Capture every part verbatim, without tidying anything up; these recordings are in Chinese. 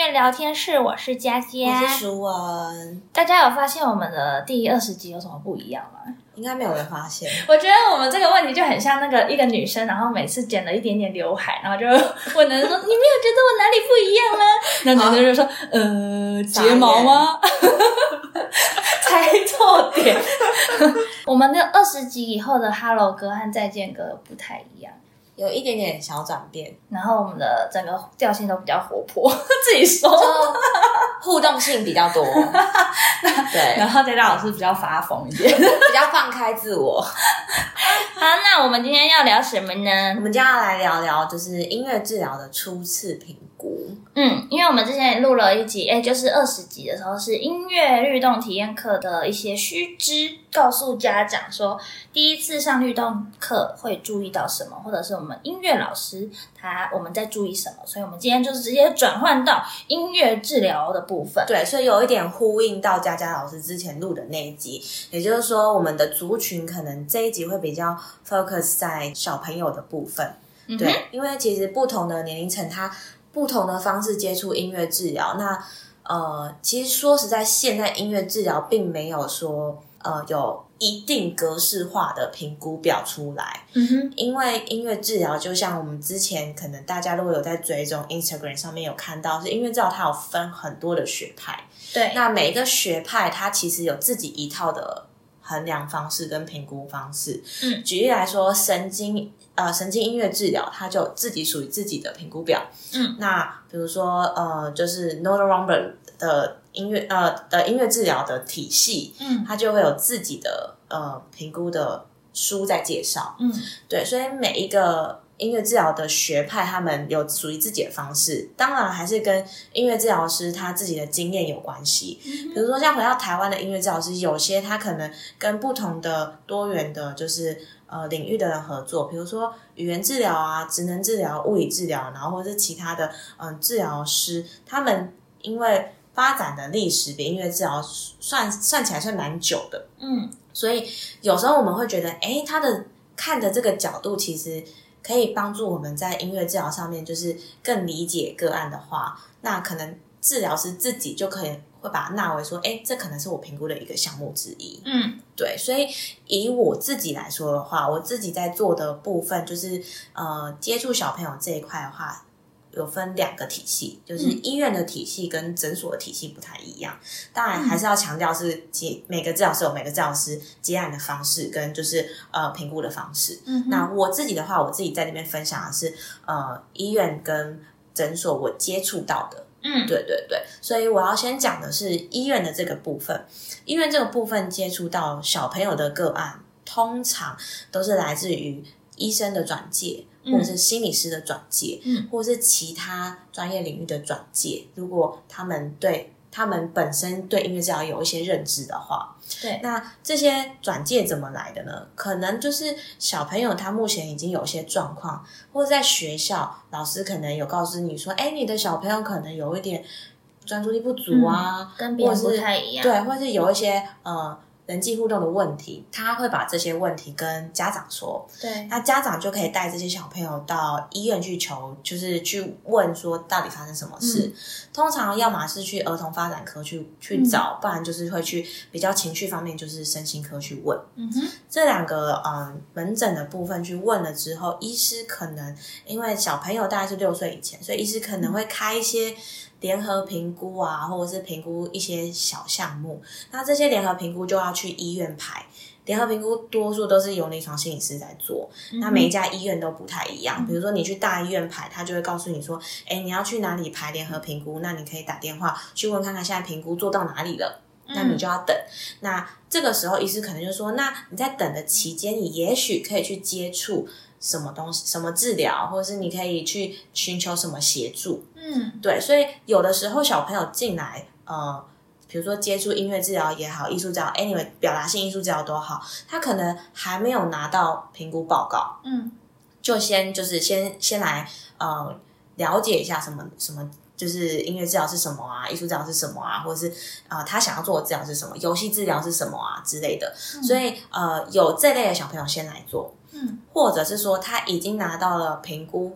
乐聊天室，我是佳佳， 我是淑文。 大家有发现我们的第二十集有什么不一样吗？ 应该没有人发现。 我觉得我们这个问题就很像那个一个女生，然后每次剪了一点点刘海，然后就问男生说：“你没有觉得我哪里不一样吗？”然后男生就说：“呃，睫毛吗？”猜错点。我们的二十集以后的 Hello 歌和再见歌不太一样。 有一点点小转变， 然后我们的整个调性都比较活泼，自己说， 互动性比较多。对， 然后佳佳老师比较发疯一点， 比较放开自我。 好，那我们今天要聊什么呢？ 我们今天要来聊聊就是音乐治疗的初次评估。 嗯，因为我们之前也录了一集，哎，就是二十集的时候是音乐律动体验课的一些须知，告诉家长说第一次上律动课会注意到什么，或者是我们音乐老师他我们在注意什么，所以我们今天就是直接转换到音乐治疗的部分。 对，所以有一点呼应到佳佳老师之前录的那一集，也就是说我们的族群可能这一集会比较 focus 在小朋友的部分。嗯、对，因为其实不同的年龄层他不同的方式接触音乐治疗，那呃，其实说实在，现在音乐治疗并没有说呃有一定格式化的评估表出来。嗯哼，因为音乐治疗就像我们之前可能大家如果有在追踪 Instagram 上面有看到，是音乐治疗它有分很多的学派。 对， 那每一个学派它其实有自己一套的衡量方式跟评估方式。嗯，举例来说，神经呃神经音乐治疗它就有自己属于自己的评估表。嗯，那比如说呃就是 Noah Rombert 的音乐呃的音乐治疗的体系，嗯，它就会有自己的呃评估的书在介绍。嗯，对，所以每一个音乐治疗的学派他们有属于自己的方式，当然还是跟音乐治疗师他自己的经验有关系。嗯、比如说像回到台湾的音乐治疗师，有些他可能跟不同的多元的就是呃领域的人合作，比如说语言治疗啊、职能治疗、物理治疗，然后或者是其他的嗯、呃、治疗师，他们因为发展的历史比音乐治疗算算起来算蛮久的。嗯，所以有时候我们会觉得诶他的看的这个角度其实可以帮助我们在音乐治疗上面就是更理解个案的话，那可能治疗师自己就可以会把它纳为说，诶这可能是我评估的一个项目之一。嗯，对，所以以我自己来说的话，我自己在做的部分就是呃接触小朋友这一块的话，有分两个体系，就是医院的体系跟诊所的体系不太一样。当然还是要强调是每个治疗师有每个治疗师接案的方式跟就是呃评估的方式。嗯，那我自己的话，我自己在这边分享的是呃医院跟诊所我接触到的。嗯，对对对，所以我要先讲的是医院的这个部分。医院这个部分接触到小朋友的个案，通常都是来自于医生的转介，或者是心理师的转介，嗯，或者是其他专业领域的转介。如果他们对他们本身对音乐治疗有一些认知的话，对，那这些转介怎么来的呢？可能就是小朋友他目前已经有一些状况，或者在学校老师可能有告诉你说，哎，你的小朋友可能有一点专注力不足啊， 嗯、跟别人不太一样， 对，或是有一些呃。人际互动的问题，他会把这些问题跟家长说，对，那家长就可以带这些小朋友到医院去求，就是去问说到底发生什么事。嗯、通常要么是去儿童发展科去去找，嗯、不然就是会去比较情绪方面，就是身心科去问。嗯哼，这两个嗯门诊的部分去问了之后，医师可能因为小朋友大概是六岁以前，所以医师可能会开一些联合评估啊，或者是评估一些小项目。那这些联合评估就要去医院排，联合评估多数都是由临床心理师在做。嗯、那每一家医院都不太一样，嗯、比如说你去大医院排，他就会告诉你说，哎，你要去哪里排联合评估，那你可以打电话去问看看现在评估做到哪里了。那你就要等。嗯、那这个时候医师可能就说，那你在等的期间，你也许可以去接触什么东西，什么治疗，或者是你可以去寻求什么协助。嗯，对，所以有的时候小朋友进来，呃，比如说接触音乐治疗也好，艺术治疗 anyway 表达性艺术治疗都好，他可能还没有拿到评估报告，嗯，就先就是先先来呃了解一下什么什么。就是音乐治疗是什么啊，艺术治疗是什么啊，或者是呃他想要做的治疗是什么，游戏治疗是什么啊之类的。嗯、所以呃有这类的小朋友先来做，嗯，或者是说他已经拿到了评估，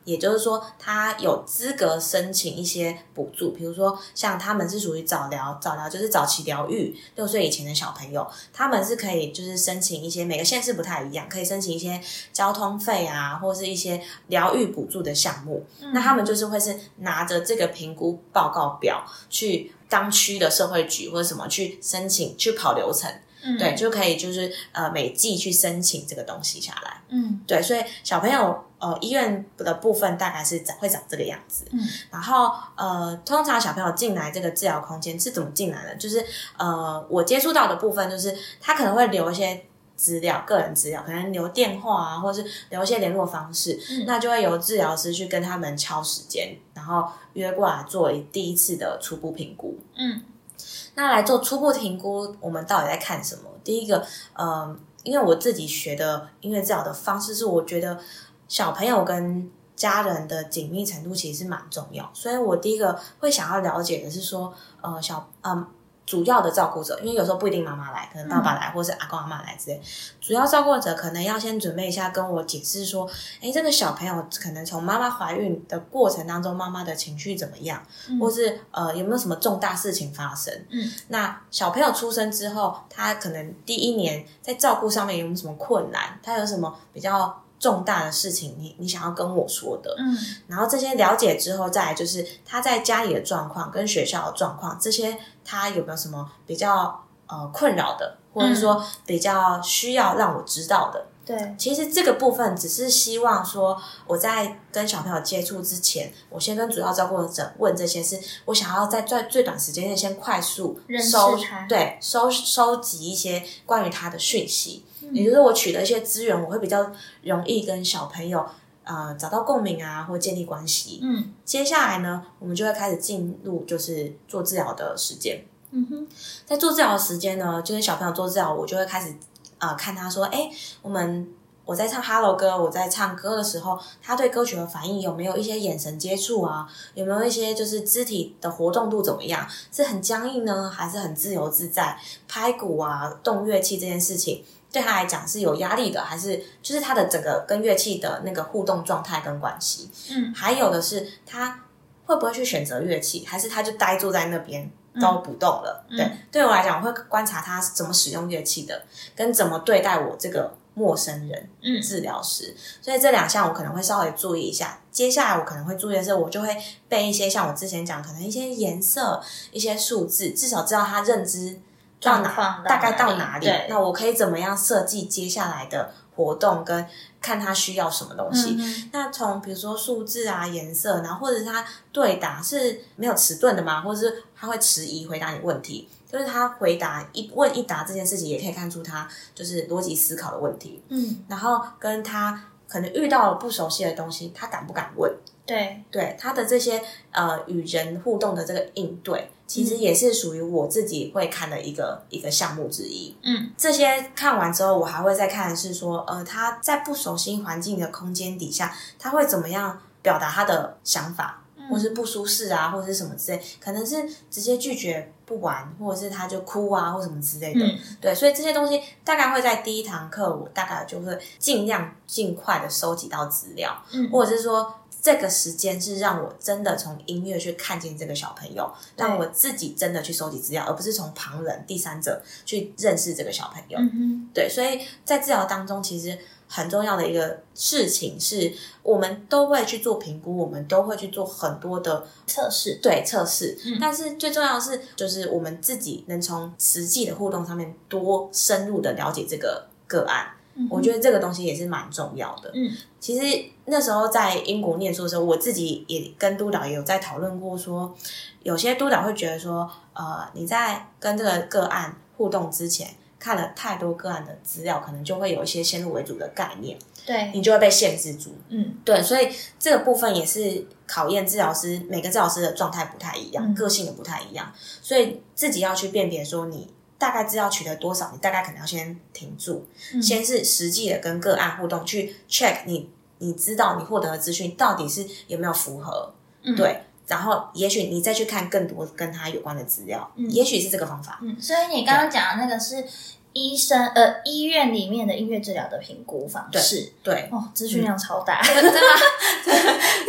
也就是说他有资格申请一些补助，比如说像他们是属于早疗，早疗就是早期疗愈，六岁以前的小朋友，他们是可以就是申请一些，每个县市不太一样，可以申请一些交通费啊，或是一些疗愈补助的项目、嗯、那他们就是会是拿着这个评估报告表去当区的社会局或者什么去申请，去跑流程，嗯，对，就可以就是呃每季去申请这个东西下来，嗯，对，所以小朋友呃医院的部分大概是长会长这个样子，嗯，然后呃通常小朋友进来这个治疗空间是怎么进来的？就是呃我接触到的部分就是他可能会留一些资料，个人资料，可能留电话啊，或是留一些联络方式、嗯、那就会由治疗师去跟他们敲时间，然后约过来做第一次的初步评估。嗯，那来做初步评估我们到底在看什么？第一个呃，因为我自己学的音乐治疗的方式是我觉得小朋友跟家人的紧密程度其实是蛮重要，所以我第一个会想要了解的是说呃小嗯主要的照顾者，因为有时候不一定妈妈来，可能爸爸来、嗯、或是阿公阿嬷来之类，主要照顾者可能要先准备一下跟我解释说，诶这个小朋友可能从妈妈怀孕的过程当中妈妈的情绪怎么样、嗯、或是呃有没有什么重大事情发生，嗯，那小朋友出生之后他可能第一年在照顾上面有没有什么困难，他有什么比较重大的事情你你想要跟我说的，嗯，然后这些了解之后再来就是他在家里的状况跟学校的状况，这些他有没有什么比较呃困扰的，或者说比较需要让我知道的，对，其实这个部分只是希望说我在跟小朋友接触之前，我先跟主要照顾者问这些事，我想要在最最短时间内先快速收对收收集一些关于他的讯息，嗯，也就是我取得一些资源，我会比较容易跟小朋友呃找到共鸣啊，或建立关系。嗯，接下来呢，我们就会开始进入就是做治疗的时间。嗯哼，在做治疗的时间呢，就是小朋友做治疗，我就会开始呃看他说，哎，我们我在唱 Hello 歌，我在唱歌的时候，他对歌曲的反应有没有一些眼神接触啊？有没有一些就是肢体的活动度怎么样？是很僵硬呢，还是很自由自在？拍鼓啊，动乐器这件事情对他来讲是有压力的，还是就是他的整个跟乐器的那个互动状态跟关系？嗯，还有的是他会不会去选择乐器，还是他就呆坐在那边都不动了？嗯，对，对我来讲，我会观察他怎么使用乐器的，跟怎么对待我这个陌生人，嗯，治疗师，所以这两项我可能会稍微注意一下。接下来我可能会注意的是，我就会背一些像我之前讲，可能一些颜色、一些数字，至少知道他认知到哪，大概到哪里。那我可以怎么样设计接下来的活动，跟看他需要什么东西。嗯，那从比如说数字啊、颜色，然后或者是他对答是没有迟钝的吗？或者是他会迟疑回答你问题？就是他回答一问一答这件事情，也可以看出他就是逻辑思考的问题。嗯，然后跟他可能遇到了不熟悉的东西，他敢不敢问？对对，他的这些呃与人互动的这个应对，其实也是属于我自己会看的一个一个项目之一。嗯，这些看完之后，我还会再看的是说，呃，他在不熟悉环境的空间底下，他会怎么样表达他的想法？或是不舒适啊，或者是什么之类，可能是直接拒绝不玩，或者是他就哭啊，或什么之类的。嗯，对，所以这些东西大概会在第一堂课，我大概就会尽量尽快的收集到资料，嗯，或者是说这个时间是让我真的从音乐去看见这个小朋友，让我自己真的去收集资料，而不是从旁人、第三者去认识这个小朋友。嗯哼，对，所以在治疗当中，其实很重要的一个事情是，我们都会去做评估，我们都会去做很多的测试，对，测试。嗯，但是最重要的是，就是我们自己能从实际的互动上面多深入的了解这个个案。嗯，我觉得这个东西也是蛮重要的。嗯，其实那时候在英国念书的时候，我自己也跟督导也有在讨论过说，有些督导会觉得说，呃，你在跟这个个案互动之前，看了太多个案的资料，可能就会有一些先入为主的概念，对，你就会被限制住。嗯，对，所以这个部分也是考验治疗师，每个治疗师的状态不太一样，嗯，个性也不太一样，所以自己要去辨别说你大概资料取得多少，你大概可能要先停住，嗯，先是实际的跟个案互动去 check 你你知道你获得的资讯到底是有没有符合，嗯，对，然后也许你再去看更多跟他有关的资料，嗯，也许是这个方法。 嗯，所以你刚刚讲的那个是医生呃医院里面的音乐治疗的评估方式， 对，对哦，资讯量超大， 嗯，真的，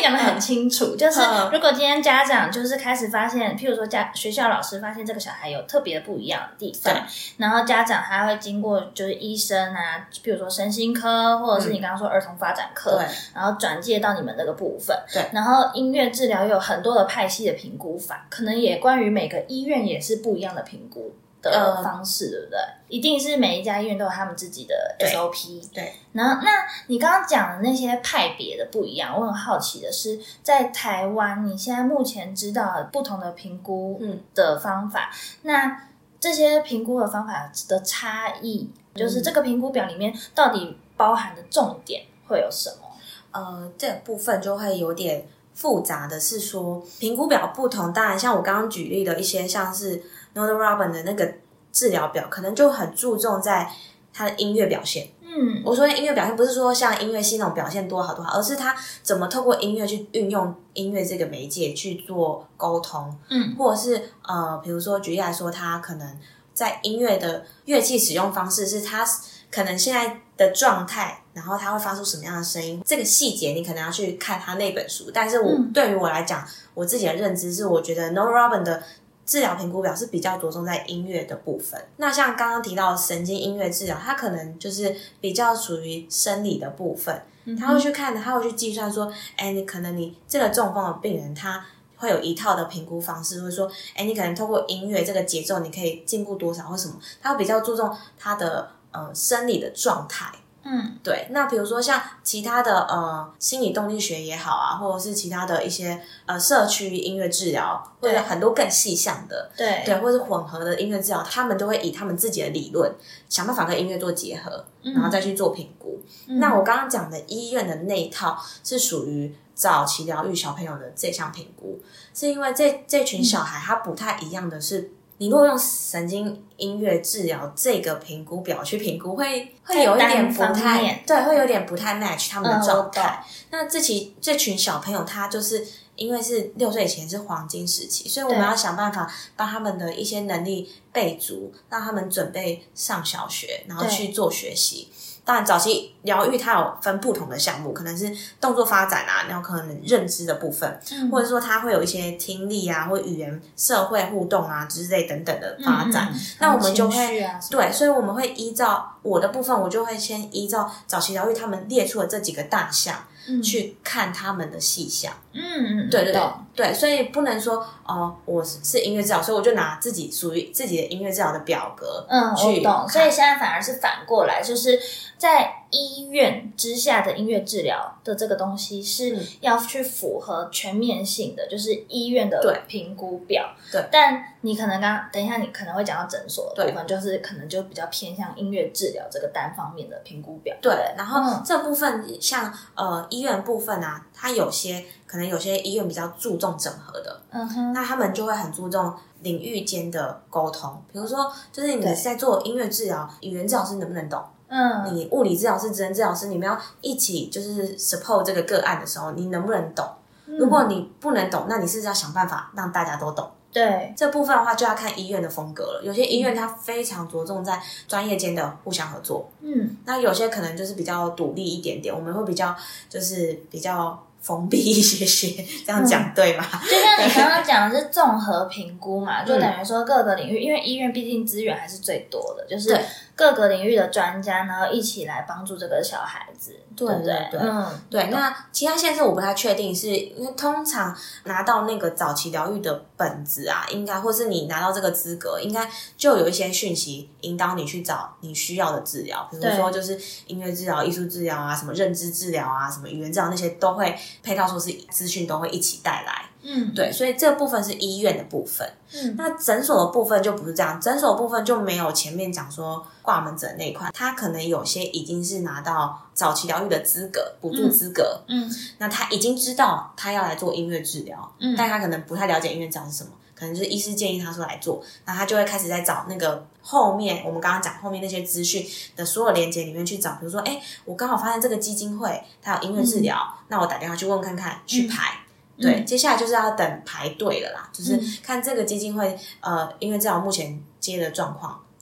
讲得很清楚，就是如果今天家长就是开始发现，譬如说家学校老师发现这个小孩有特别不一样的地方，然后家长还会经过就是医生啊，譬如说身心科，或者是你刚刚说儿童发展科， 对， 然后转介到你们这个部分， 对， 然后音乐治疗有很多的派系的评估法，可能也关于每个医院也是不一样的评估的方式、呃、对不对？一定是每一家医院都有他们自己的 S O P。 对, 对， 然后那你刚刚讲的那些派别的不一样，我很好奇的是在台湾你现在目前知道的不同的评估的方法、嗯、那这些评估的方法的差异、嗯、就是这个评估表里面到底包含的重点会有什么？ 呃，这个部分就会有点复杂的是说评估表不同，当然像我刚刚举例的一些像是 Northrop Grumman 的那个治疗表可能就很注重在他的音乐表现。嗯，我说的音乐表现不是说像音乐系那种表现多好多好，而是他怎么透过音乐去运用音乐这个媒介去做沟通。嗯，或者是呃，比如说举例来说，他可能在音乐的乐器使用方式是他可能现在的状态，然后他会发出什么样的声音，这个细节你可能要去看他那本书。但是我、嗯、对于我来讲，我自己的认知是我觉得 Northrop Grumman 的治疗评估表是比较着重在音乐的部分。那像刚刚提到的神经音乐治疗，它可能就是比较属于生理的部分，他会去看，他会去计算说，哎，你可能你这个中风的病人他会有一套的评估方式，或者说哎，你可能透过音乐这个节奏你可以进步多少或什么，他会比较注重他的呃生理的状态。嗯，对。那比如说像其他的呃心理动力学也好啊，或者是其他的一些呃社区音乐治疗，或者很多更细项的，对对，或者是混合的音乐治疗，他们都会以他们自己的理论想办法跟音乐做结合，嗯、然后再去做评估。嗯、那我刚刚讲的医院的那一套是属于早期疗愈小朋友的这项评估，是因为这这群小孩他不太一样的是。你如果用神经音乐治疗这个评估表去评估，会会有一点不太对，会有点不太 match 他们的状态。嗯、那这期这群小朋友，他就是因为是六岁以前是黄金时期，所以我们要想办法帮他们的一些能力备足，让他们准备上小学，然后去做学习。当然早期疗愈它有分不同的项目，可能是动作发展啊，然后可能认知的部分、嗯、或者说它会有一些听力啊或语言社会互动啊之类等等的发展、嗯嗯、那我们就会、啊、对，所以我们会依照我的部分，我就会先依照早期疗愈他们列出的这几个大项、嗯、去看他们的细项。嗯嗯，对对对对，所以不能说哦、呃，我是音乐治疗，所以我就拿自己属于自己的音乐治疗的表格嗯， 去我懂。所以现在反而是反过来，就是在医院之下的音乐治疗的这个东西是要去符合全面性的，就是医院的评估表。对，但你可能刚等一下你可能会讲到诊所的部分，就是可能就比较偏向音乐治疗这个单方面的评估表。 对，对，然后这部分像呃医院部分啊，它有些可能有些医院比较注重整合的，嗯哼，那他们就会很注重领域间的沟通。比如说，就是你在做音乐治疗，语言治疗师能不能懂？嗯，你物理治疗师、职能治疗师，你们要一起就是 support 这个个案的时候，你能不能懂？嗯、如果你不能懂，那你是不是要想办法让大家都懂？ 对， 这部分的话就要看医院的风格了。有些医院它非常着重在专业间的互相合作，嗯，那有些可能就是比较独立一点点，我们会比较就是比较封闭一些些，这样讲、嗯、对吗？ 就像你刚刚讲的是综合评估嘛，就等于说各个领域，因为医院毕竟资源还是最多的，就是各个领域的专家，然后一起来帮助这个小孩子，对不对？ 对，嗯，对。那其他县市我不太确定，是因为通常拿到那个早期疗愈的本子啊，应该或是你拿到这个资格，应该就有一些讯息引导你去找你需要的治疗，比如说就是音乐治疗、艺术治疗啊，什么认知治疗啊，什么语言治疗，那些都会配套说是资讯都会一起带来。嗯，对，所以这个部分是医院的部分。嗯，那诊所的部分就不是这样，诊所的部分就没有前面讲说挂门诊那一块，他可能有些已经是拿到早期疗愈的资格、补助资格。嗯，嗯那他已经知道他要来做音乐治疗，嗯，但他可能不太了解音乐治疗是什么，可能就是医师建议他说来做，那他就会开始在找那个后面我们刚刚讲后面那些资讯的所有连结里面去找，比如说，哎，我刚好发现这个基金会它有音乐治疗，嗯、那我打电话去问看看，去排。嗯对、嗯，接下来就是要等排队了啦，就是看这个基金会呃音乐治疗目前接的状况，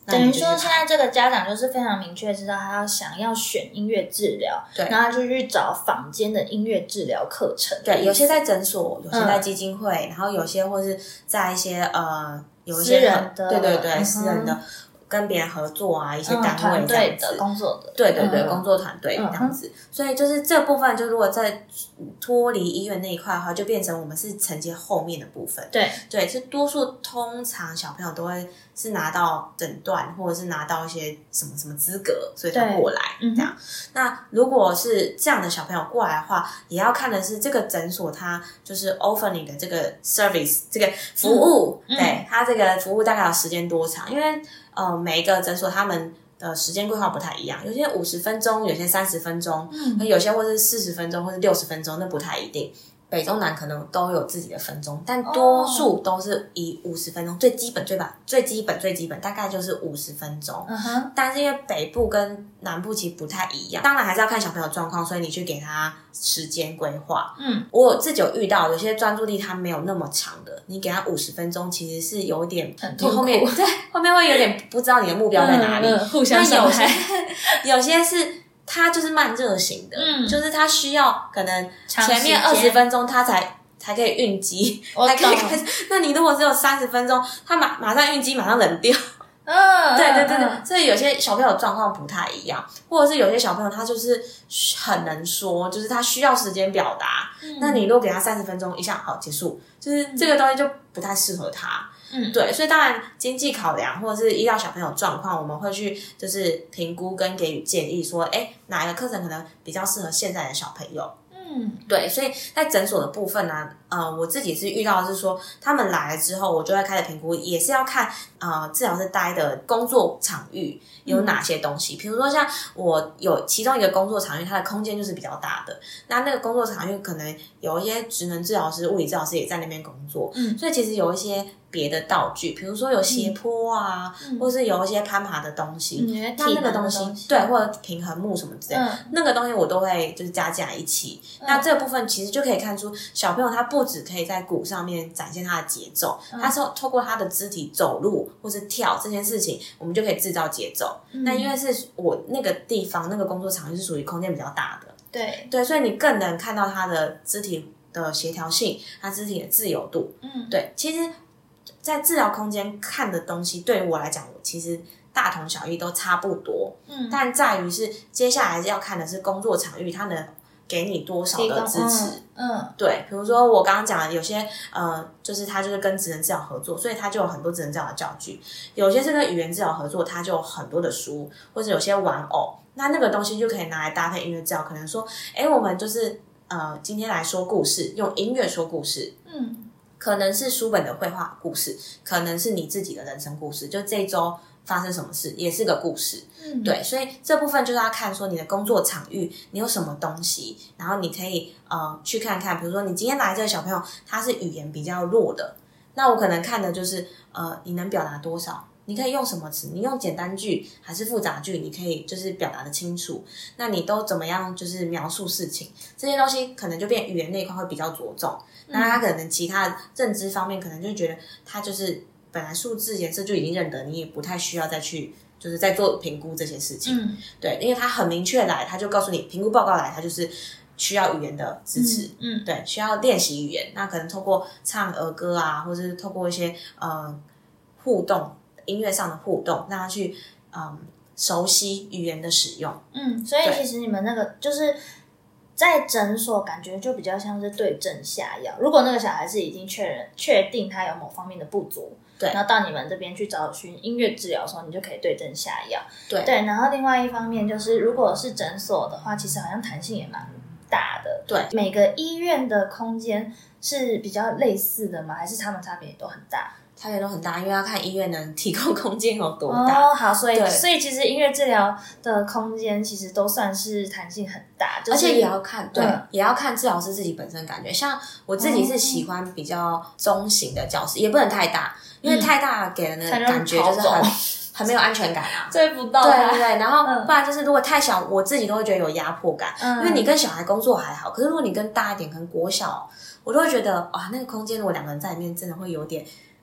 等于说现在这个家长就是非常明确知道他要想要选音乐治疗， 对， 然后他就去找坊间的音乐治疗课程。 对，有些在诊所，有些在基金会，嗯、然后有些或是在一些呃有一些私人的， 对对对，嗯、私人的。跟别人合作啊，一些单位这样子， 嗯、工作的， 对对对，嗯、工作团队这样子，嗯、所以就是这部分，就如果在脱离医院那一块的话，就变成我们是承接后面的部分。 对对，是多数通常小朋友都会是拿到诊断，或者是拿到一些什么什么资格，所以才过来这样。嗯、那如果是这样的小朋友过来的话，也要看的是这个诊所它就是 offer 你的这个 service 这个服务，嗯、对它这个服务大概有时间多长，因为。呃，每一个诊所他们的时间规划不太一样，有些五十分钟，有些三十分钟，嗯，有些或是四十分钟，或是六十分钟，那不太一定。北中南可能都有自己的分钟，但多数都是以五十分钟、哦、最基本、最吧最基本、最基本，大概就是五十分钟。嗯哼。但是因为北部跟南部其实不太一样，当然还是要看小朋友状况，所以你去给他时间规划。嗯，我自己有遇到有些专注力他没有那么长的，你给他五十分钟，其实是有点很痛苦， 后面对后面会有点不知道你的目标在哪里， 嗯嗯、互相伤害。 有些是。他就是慢热型的，嗯，就是他需要可能前面二十分钟他才才可以运机，才可以开始。那你如果只有三十分钟，他马马上运机，马上冷掉。嗯，对对对对，嗯、所以有些小朋友状况不太一样，或者是有些小朋友他就是很能说，就是他需要时间表达。嗯、那你如果给他三十分钟，一下好结束，就是这个东西就不太适合他。嗯，对，所以当然经济考量或者是依照小朋友状况，我们会去就是评估跟给予建议，说，哎，哪一个课程可能比较适合现在的小朋友。嗯，对，所以在诊所的部分呢、啊，呃，我自己是遇到的是说，他们来了之后，我就会开始评估，也是要看呃治疗师待的工作场域有哪些东西。比如说像我有其中一个工作场域，它的空间就是比较大的，那那个工作场域可能有一些职能治疗师、物理治疗师也在那边工作，嗯，所以其实有一些别的道具，比如说有斜坡啊，嗯、或是有一些攀爬的东西，嗯、那那个东西，东西对，或者平衡木什么之类的，嗯、那个东西我都会就是加进来一起。嗯、那这个部分其实就可以看出，小朋友他不只可以在鼓上面展现他的节奏，嗯、他是透过他的肢体走路或是跳这件事情，我们就可以制造节奏。嗯、那因为是我那个地方那个工作场域是属于空间比较大的， 对对， 所以你更能看到他的肢体的协调性，他肢体的自由度。嗯，对，其实。在治疗空间看的东西，对于我来讲，我其实大同小异，都差不多。嗯，但在于是接下来要看的是工作场域，它能给你多少的支持。嗯，嗯对，比如说我刚刚讲的，有些呃，就是他就是跟职能治疗合作，所以他就有很多职能治疗的教具；有些是跟语言治疗合作，他就有很多的书，或者有些玩偶。那那个东西就可以拿来搭配音乐治疗，可能说，哎，我们就是呃，今天来说故事，用音乐说故事。嗯。可能是书本的绘画故事，可能是你自己的人生故事，就这一周发生什么事也是个故事。嗯，对，所以这部分就是要看说你的工作场域你有什么东西，然后你可以呃去看看，比如说你今天来这个小朋友他是语言比较弱的，那我可能看的就是呃你能表达多少，你可以用什么词，你用简单句还是复杂句，你可以就是表达的清楚，那你都怎么样就是描述事情，这些东西可能就变语言那一块会比较着重。那他可能其他的认知方面可能就觉得他就是本来数字颜色就已经认得，你也不太需要再去就是在做评估这些事情。嗯，对，因为他很明确来，他就告诉你评估报告来，他就是需要语言的支持。嗯，嗯对，需要练习语言，那可能透过唱儿歌啊，或者是透过一些呃互动音乐上的互动，让他去嗯熟悉语言的使用。 嗯，所以其实你们那个就是在诊所感觉就比较像是对症下药。如果那个小孩是已经确认确定他有某方面的不足，对，然后到你们这边去找寻音乐治疗的时候，你就可以对症下药。对对，然后另外一方面就是，如果是诊所的话，其实好像弹性也蛮大的。对，每个医院的空间是比较类似的吗？还是他们差别都很大？ 差别都很大，因为要看医院能提供空间有多大。 哦，好，所以所以其实音乐治疗的空间其实都算是弹性很大，就是、 而且也要看，对，嗯、也要看治疗师自己本身感觉。像我自己是喜欢比较中型的教室，嗯、也不能太大，因为太大给人的感觉就是很、嗯、很没有安全感啊， 追不到。 对对对，然后不然就是如果太小，我自己都会觉得有压迫感，嗯、因为你跟小孩工作还好，可是如果你跟大一点，可能国小，我都会觉得哇，那个空间如果两个人在里面，真的会有点。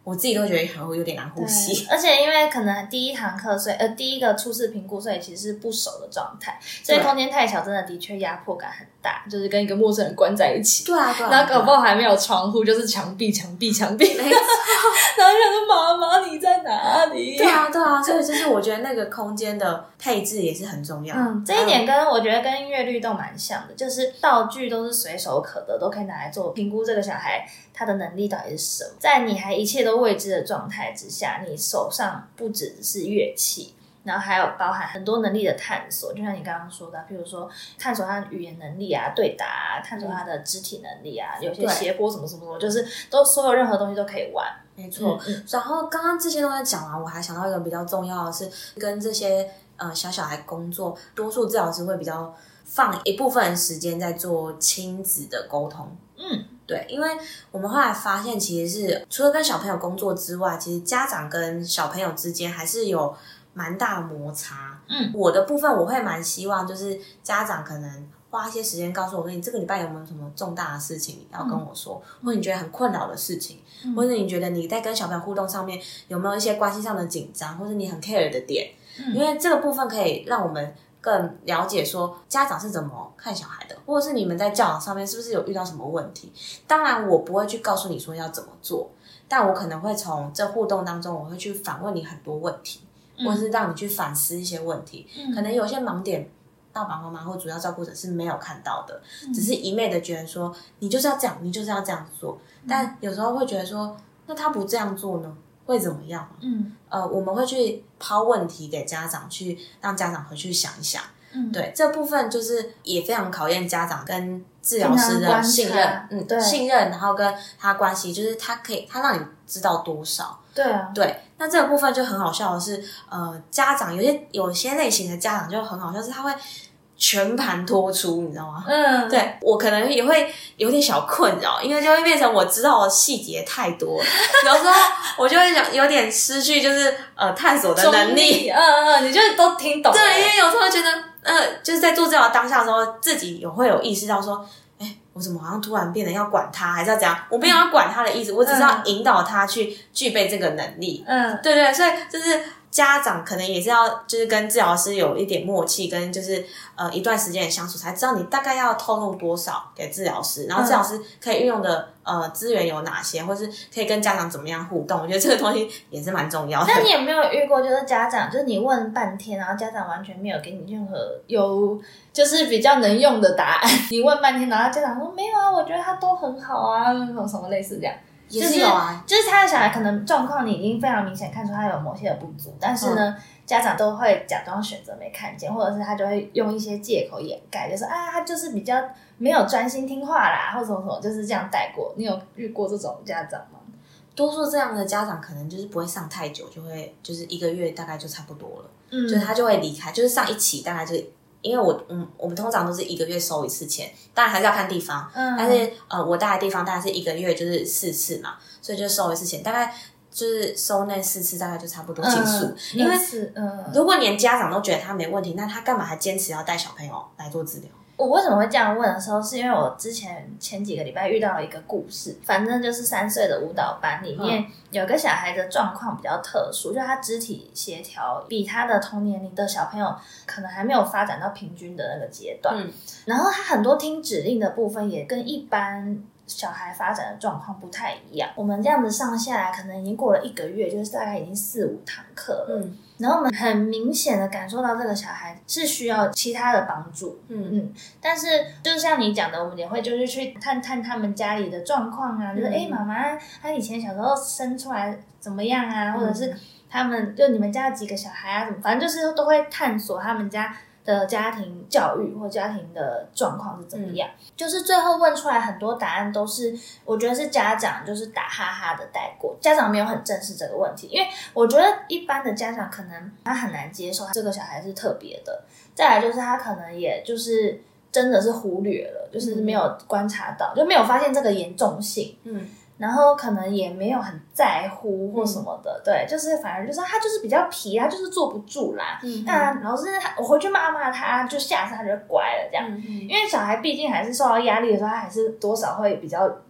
我自己都觉得有点难呼吸。 而且因为可能第一堂课，所以呃第一个初次评估，所以其实是不熟的状态，所以空间太小，真的的确压迫感很大，就是跟一个陌生人关在一起。 对啊，对啊。 然后搞不好还没有窗户，就是墙壁、墙壁、墙壁。没错。然后想说妈妈你在哪里？ 对啊，对啊，所以就是我觉得那个空间的配置也是很重要。 嗯，这一点跟我觉得跟音乐律动蛮像的，就是道具都是随手可得，都可以拿来做评估这个小孩他的能力到底是什么。在你还一切都未知的状态之下，你手上不只是乐器，然后还有包含很多能力的探索，就像你刚刚说的，譬如说探索他的语言能力啊、对答啊，探索他的肢体能力啊，有些斜坡什么什么什么，就是都所有任何东西都可以玩。 没错、嗯嗯、然后刚刚这些东西讲完，我还想到一个比较重要的是跟这些呃小小孩工作，多数治疗师会比较放一部分时间在做亲子的沟通。嗯，对，因为我们后来发现其实是除了跟小朋友工作之外，其实家长跟小朋友之间还是有蛮大的摩擦。嗯，我的部分我会蛮希望就是家长可能花一些时间告诉我说，你这个礼拜有没有什么重大的事情要跟我说、嗯、或者你觉得很困扰的事情、嗯、或者你觉得你在跟小朋友互动上面有没有一些关系上的紧张，或者你很 care 的点、嗯、因为这个部分可以让我们更了解说家长是怎么看小孩的，或者是你们在教养上面是不是有遇到什么问题。当然我不会去告诉你说要怎么做，但我可能会从这互动当中我会去反问你很多问题、嗯、或者是让你去反思一些问题、嗯、可能有些盲点爸爸妈妈或主要照顾者是没有看到的、嗯、只是一昧的觉得说你就是要这样，你就是要这样做、嗯、但有时候会觉得说那他不这样做呢会怎么样？嗯，呃，我们会去抛问题给家长，去让家长回去想一想。嗯，对，这部分就是也非常考验家长跟治疗师的信任，嗯，对，信任，然后跟他关系，就是他可以，他让你知道多少。 对啊， 对，那这个部分就很好笑的是，呃，家长有些有些类型的家长就很好笑，是他会全盘托出，你知道吗？嗯，对，我可能也会有点小困扰，因为就会变成我知道的细节太多了，有时候我就会想有点失去就是呃探索的能力。 嗯嗯，你就都听懂了。 对，因为有时候觉得呃就是在做治疗当下的时候，自己有会有意识到说，哎，我怎么好像突然变得要管他，还是要怎样？我没有要管他的意思，我只是要引导他去具备这个能力。嗯，对对，所以就是家长可能也是要就是跟治疗师有一点默契，跟就是呃一段时间的相处，才知道你大概要透露多少给治疗师，然后治疗师可以运用的呃资源有哪些，或是可以跟家长怎么样互动。我觉得这个东西也是蛮重要的。 那你有没有遇过就是家长就是你问半天，然后家长完全没有给你任何有就是比较能用的答案？你问半天，然后家长说没有啊，我觉得他都很好啊，什么什么类似这样。 也是有啊， 就是、就是他的小孩可能状况你已经非常明显看出他有某些的不足，但是呢、嗯、家长都会假装选择没看见，或者是他就会用一些借口掩盖，就是啊他就是比较没有专心听话啦，或者什么什么，就是这样带过。你有遇过这种家长吗？ 多数这样的家长可能就是不会上太久，就会就是一个月大概就差不多了，嗯，就是他就会离开，就是上一期大概就因为我嗯我们通常都是一个月收一次钱，当然还是要看地方，嗯，但是呃我待的地方大概是一个月就是四次嘛，所以就收一次钱，大概就是收那四次大概就差不多结束、嗯、因为嗯如果连家长都觉得他没问题，那他干嘛还坚持要带小朋友来做治疗？ 我为什么会这样问的时候，是因为我之前前几个礼拜遇到了一个故事，反正就是三岁的舞蹈班里面有个小孩的状况比较特殊，就他肢体协调比他的同年龄的小朋友可能还没有发展到平均的那个阶段、嗯、然后他很多听指令的部分也跟一般小孩发展的状况不太一样。我们这样子上下来可能已经过了一个月，就是大概已经四五堂课了、嗯、然后我们很明显的感受到这个小孩是需要其他的帮助，嗯嗯，但是就是像你讲的，我们也会就是去探探他们家里的状况啊，就是哎妈妈他以前小时候生出来怎么样啊、嗯、或者是他们就你们家几个小孩啊什么，反正就是都会探索他们家的家庭教育或家庭的状况是怎么样、嗯、就是最后问出来很多答案都是我觉得是家长就是打哈哈的带过，家长没有很正视这个问题，因为我觉得一般的家长可能他很难接受这个小孩是特别的，再来就是他可能也就是真的是忽略了，就是没有观察到、嗯、就没有发现这个严重性，嗯，然后可能也没有很在乎或什么的、嗯、对，就是反而就是他就是比较皮，他就是坐不住啦，嗯，那老师我回去骂骂他，就下次他就乖了这样、嗯、因为小孩毕竟还是受到压力的时候，他还是多少会比较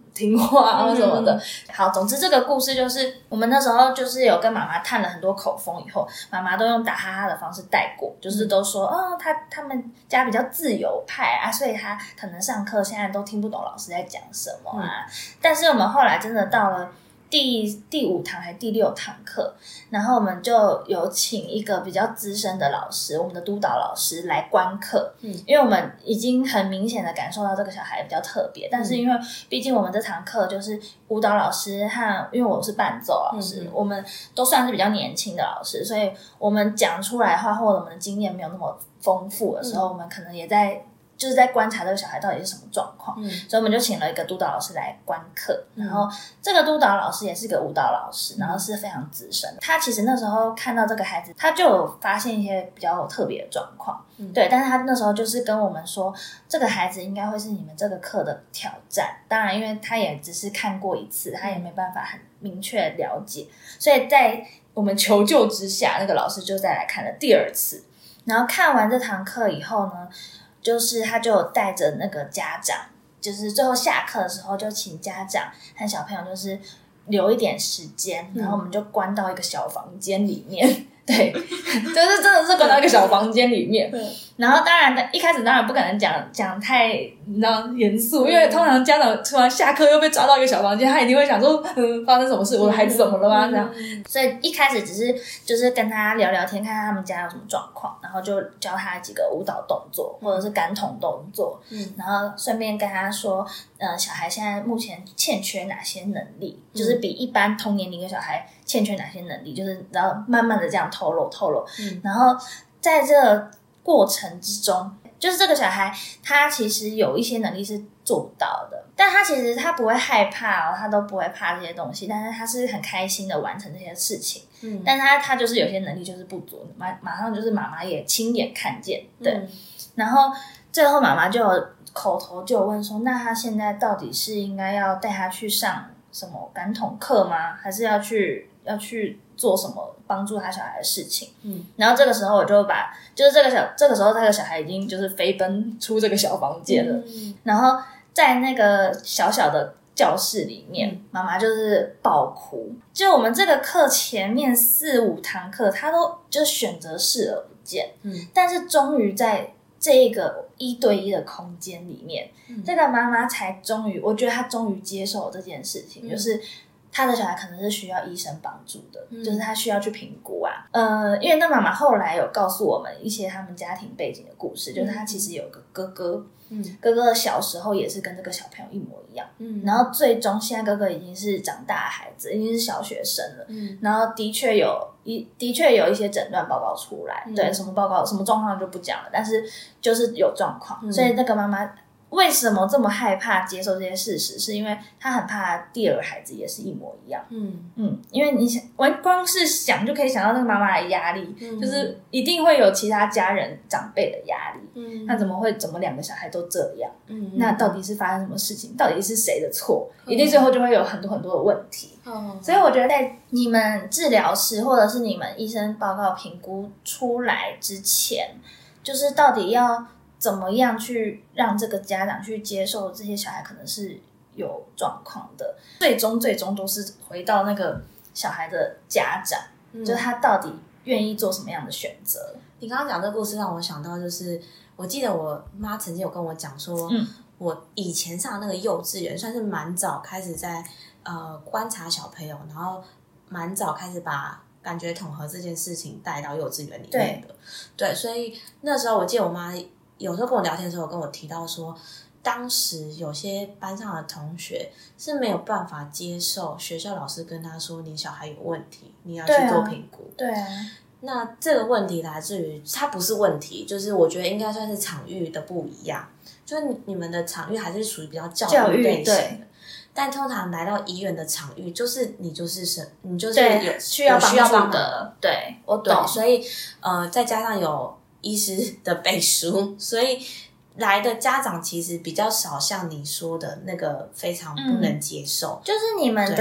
听话或什么的、嗯、好，总之这个故事就是我们那时候就是有跟妈妈探了很多口风以后，妈妈都用打哈哈的方式带过，就是都说哦，他他们家比较自由派啊，所以他可能上课现在都听不懂老师在讲什么啊、嗯、但是我们后来真的到了第第五堂还第六堂课，然后我们就有请一个比较资深的老师，我们的督导老师来观课，嗯，因为我们已经很明显的感受到这个小孩比较特别，但是因为毕竟我们这堂课就是舞蹈老师和因为我是伴奏老师、嗯、我们都算是比较年轻的老师，所以我们讲出来的话或者我们的经验没有那么丰富的时候、嗯、我们可能也在就是在观察这个小孩到底是什么状况、嗯、所以我们就请了一个督导老师来观课、嗯、然后这个督导老师也是个舞蹈老师、嗯、然后是非常资深的，他其实那时候看到这个孩子他就有发现一些比较特别的状况、嗯、对，但是他那时候就是跟我们说这个孩子应该会是你们这个课的挑战，当然因为他也只是看过一次，他也没办法很明确了解，所以在我们求救之下，那个老师就再来看了第二次，然后看完这堂课以后呢，就是他就带着那个家长，就是最后下课的时候就请家长和小朋友就是留一点时间、嗯、然后我们就关到一个小房间里面，对，就是真的是关到一个小房间里面、嗯、然后当然一开始当然不可能讲讲太你知道严肃、嗯、因为通常家长突然下课又被抓到一个小房间，他一定会想说嗯，发生什么事，我的孩子怎么了吗、嗯、这样，所以一开始只是就是跟他聊聊天，看看他们家有什么状况，然后就教他几个舞蹈动作或者是感统动作、嗯、然后顺便跟他说呃，小孩现在目前欠缺哪些能力、嗯、就是比一般同年龄的小孩欠缺哪些能力，就是然后慢慢的这样透露透露、嗯、然后在这个过程之中，就是这个小孩他其实有一些能力是做不到的，但他其实他不会害怕哦，他都不会怕这些东西，但是他是很开心的完成这些事情，嗯，但他他就是有些能力就是不足，马马上就是妈妈也亲眼看见，对、嗯、然后最后妈妈就有口头就有问说，那他现在到底是应该要带他去上什么感统课吗？还是要去要去做什么帮助他小孩的事情？嗯，然后这个时候我就把，就是这个小这个时候这个小孩已经就是飞奔出这个小房间了，嗯、然后在那个小小的教室里面，嗯、妈妈就是爆哭。就我们这个课前面四五堂课，他都就选择视而不见，嗯，但是终于在这一个一对一的空间里面、嗯、这个妈妈才终于，我觉得她终于接受这件事情、嗯、就是她的小孩可能是需要医生帮助的、嗯、就是她需要去评估啊，呃，因为那妈妈后来有告诉我们一些他们家庭背景的故事、嗯、就是她其实有个哥哥，嗯，哥哥小时候也是跟这个小朋友一模一样，嗯，然后最终现在哥哥已经是长大的孩子，已经是小学生了，嗯，然后的确有一的确有一些诊断报告出来、嗯、对，什么报告什么状况就不讲了，但是就是有状况、嗯、所以那个妈妈为什么这么害怕接受这些事实，是因为她很怕第二个孩子也是一模一样，嗯嗯，因为你想光是想就可以想到那个妈妈的压力、嗯、就是一定会有其他家人长辈的压力，嗯，那怎么会怎么两个小孩都这样，嗯，那到底是发生什么事情，到底是谁的错、嗯、一定最后就会有很多很多的问题、嗯、所以我觉得在你们治疗师或者是你们医生报告评估出来之前，就是到底要怎么样去让这个家长去接受这些小孩可能是有状况的，最终最终都是回到那个小孩的家长、嗯、就是他到底愿意做什么样的选择。 你刚刚讲这个故事让我想到，就是我记得我妈曾经有跟我讲说、嗯、我以前上的那个幼稚园算是蛮早开始在呃观察小朋友，然后蛮早开始把感觉统合这件事情带到幼稚园里面的， 对, 对，所以那时候我记得我妈有时候跟我聊天的时候跟我提到说，当时有些班上的同学是没有办法接受学校老师跟他说你小孩有问题，你要去做评估。 对啊，对啊， 那这个问题来自于它不是问题，就是我觉得应该算是场域的不一样，就是你们的场域还是属于比较教育类型的，但通常来到医院的场域，就是你就是生，你就是有需要帮助的。对，我懂。 对，所以呃，再加上有医师的背书，所以来的家长其实比较少像你说的那个非常不能接受、 嗯、就是你们的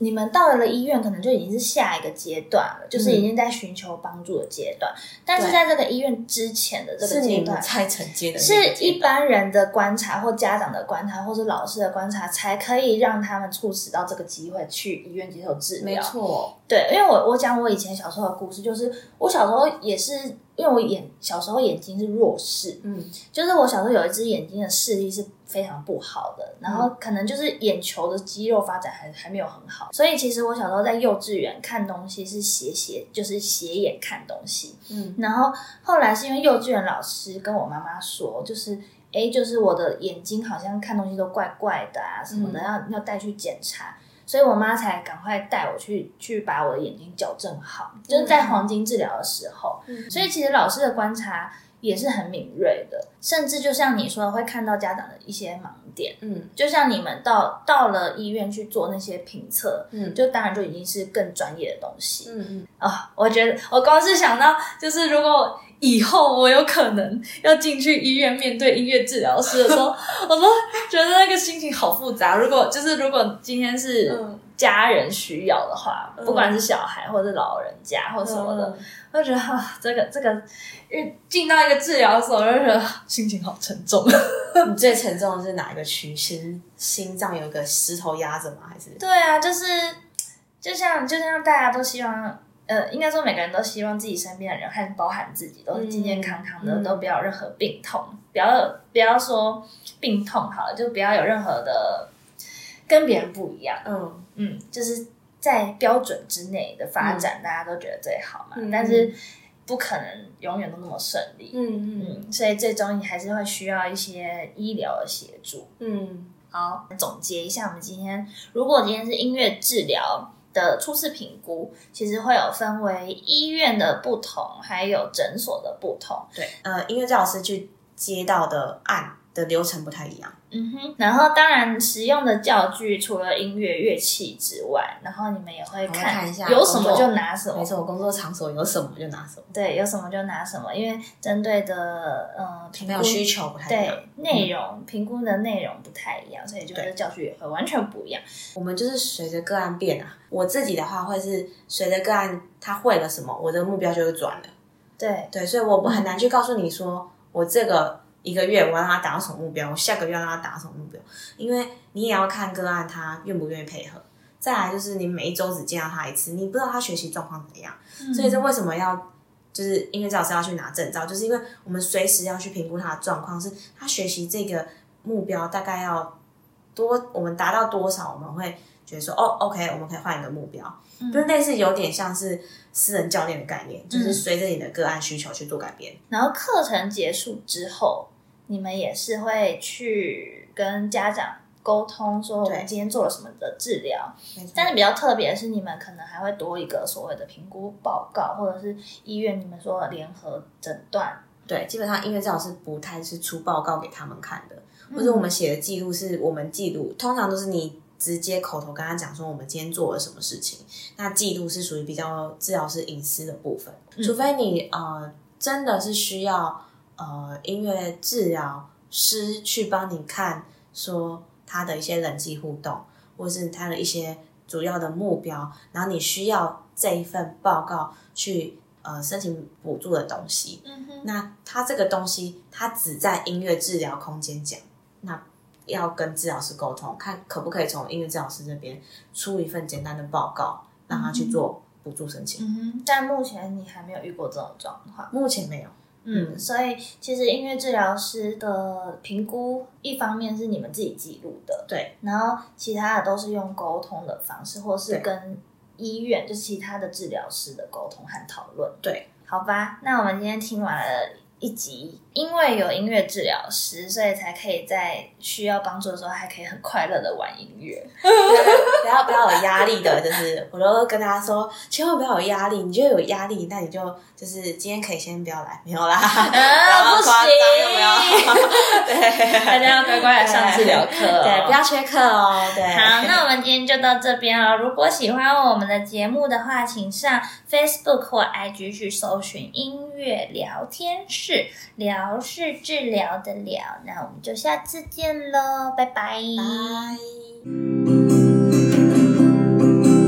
你们到了医院可能就已经是下一个阶段了，就是已经在寻求帮助的阶段、嗯、但是在这个医院之前的这个阶段是你们才承接的那个阶段，是一般人的观察或家长的观察或是老师的观察才可以让他们促使到这个机会去医院接受治疗。 没错， 对，因为我我讲我以前小时候的故事，就是我小时候也是因为我眼小时候眼睛是弱视，嗯，就是我小时候有一只眼睛的视力是非常不好的，然后可能就是眼球的肌肉发展还还没有很好，所以其实我小时候在幼稚园看东西是斜斜，就是斜眼看东西，嗯，然后后来是因为幼稚园老师跟我妈妈说，就是哎，就是我的眼睛好像看东西都怪怪的啊什么的，嗯、要要带去检查。所以我妈才赶快带我去去把我的眼睛矫正好，就是在黄金治疗的时候、嗯、所以其实老师的观察也是很敏锐的，甚至就像你说的会看到家长的一些盲点，嗯，就像你们到到了医院去做那些评测，嗯，就当然就已经是更专业的东西，嗯嗯啊、哦，我觉得我光是想到就是如果以后我有可能要进去医院面对音乐治疗师的时候我都觉得那个心情好复杂。如果就是如果今天是家人需要的话、嗯、不管是小孩或是老人家或什么的、嗯、我就觉得、啊、这个这个进到一个治疗所我就觉得心情好沉重你最沉重的是哪一个区？心心脏有一个石头压着吗？还是？ 对啊，就是就像就像大家都希望呃，应该说每个人都希望自己身边的人和包含自己都是健健康康的、嗯、都不要有任何病痛，不要不要说病痛好了，就不要有任何的跟别人不一样，嗯嗯，就是在标准之内的发展、嗯、大家都觉得最好嘛、嗯、但是不可能永远都那么顺利，嗯嗯，所以最终你还是会需要一些医疗的协助。嗯，好，总结一下我们今天，如果今天是音乐治疗的初次评估，其实会有分为医院的不同还有诊所的不同。 对，呃，音乐治疗师去接到的案的流程不太一样。 嗯哼，然后当然使用的教具除了音乐乐器之外，然后你们也会 看, 看一下有什么就拿什么。 没错，工作场所有什么就拿什么。 对，有什么就拿什么，因为针对的呃评估需求不太一样， 对内容、嗯、评估的内容不太一样，所以就是教具也会完全不一样。 我们就是随着个案变啊，我自己的话会是随着个案他会了什么，我的目标就会转了。 对对，所以我很难去告诉你说、嗯、我这个一个月我要让他达到什么目标，我下个月要让他达到什么目标，因为你也要看个案他愿不愿意配合。再来就是你每一周只见到他一次，你不知道他学习状况怎么样、嗯、所以这为什么要就是音乐治疗师要去拿证照，就是因为我们随时要去评估他的状况，是他学习这个目标大概要多，我们达到多少我们会觉得说哦 OK 我们可以换一个目标、嗯、就是类似有点像是私人教练的概念，就是随着你的个案需求去做改变、嗯、 然后课程结束之后你们也是会去跟家长沟通说我们今天做了什么的治疗，但是比较特别的是你们可能还会多一个所谓的评估报告，或者是医院你们说的联合诊断。 对，基本上音乐治疗师不太是出报告给他们看的、嗯、或者我们写的记录是我们记录，通常都是你直接口头跟他讲说我们今天做了什么事情，那记录是属于比较治疗师隐私的部分、嗯、除非你呃真的是需要呃音乐治疗师去帮你看说他的一些人际互动，或是他的一些主要的目标，然后你需要这一份报告去呃申请补助的东西、嗯、那他这个东西他只在音乐治疗空间讲，那要跟治疗师沟通，看可不可以从音乐治疗师这边出一份简单的报告让他去做补助申请、 嗯哼，但目前你还没有遇过这种状况？ 目前没有。 嗯，所以其实音乐治疗师的评估一方面是你们自己记录的， 对， 然后其他的都是用沟通的方式，或是跟医院就是其他的治疗师的沟通和讨论。 对， 好吧，那我们今天听完了一集，因为有音乐治疗师，所以才可以在需要帮助的时候还可以很快乐的玩音乐。 不要不要有压力的，就是我都跟大家说千万不要有压力，你觉得有压力那你就就是今天可以先不要来，没有啦、啊、不要夸张， 有没有？对， 大家要乖乖来上治疗课、哦、 对，不要缺课哦。对， 好，那我们今天就到这边了。如果喜欢我们的节目的话，请上 Facebook 或 I G 去搜寻音乐聊天室，聊是治疗的聊，那我们就下次见咯，拜拜， 拜。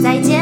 再见。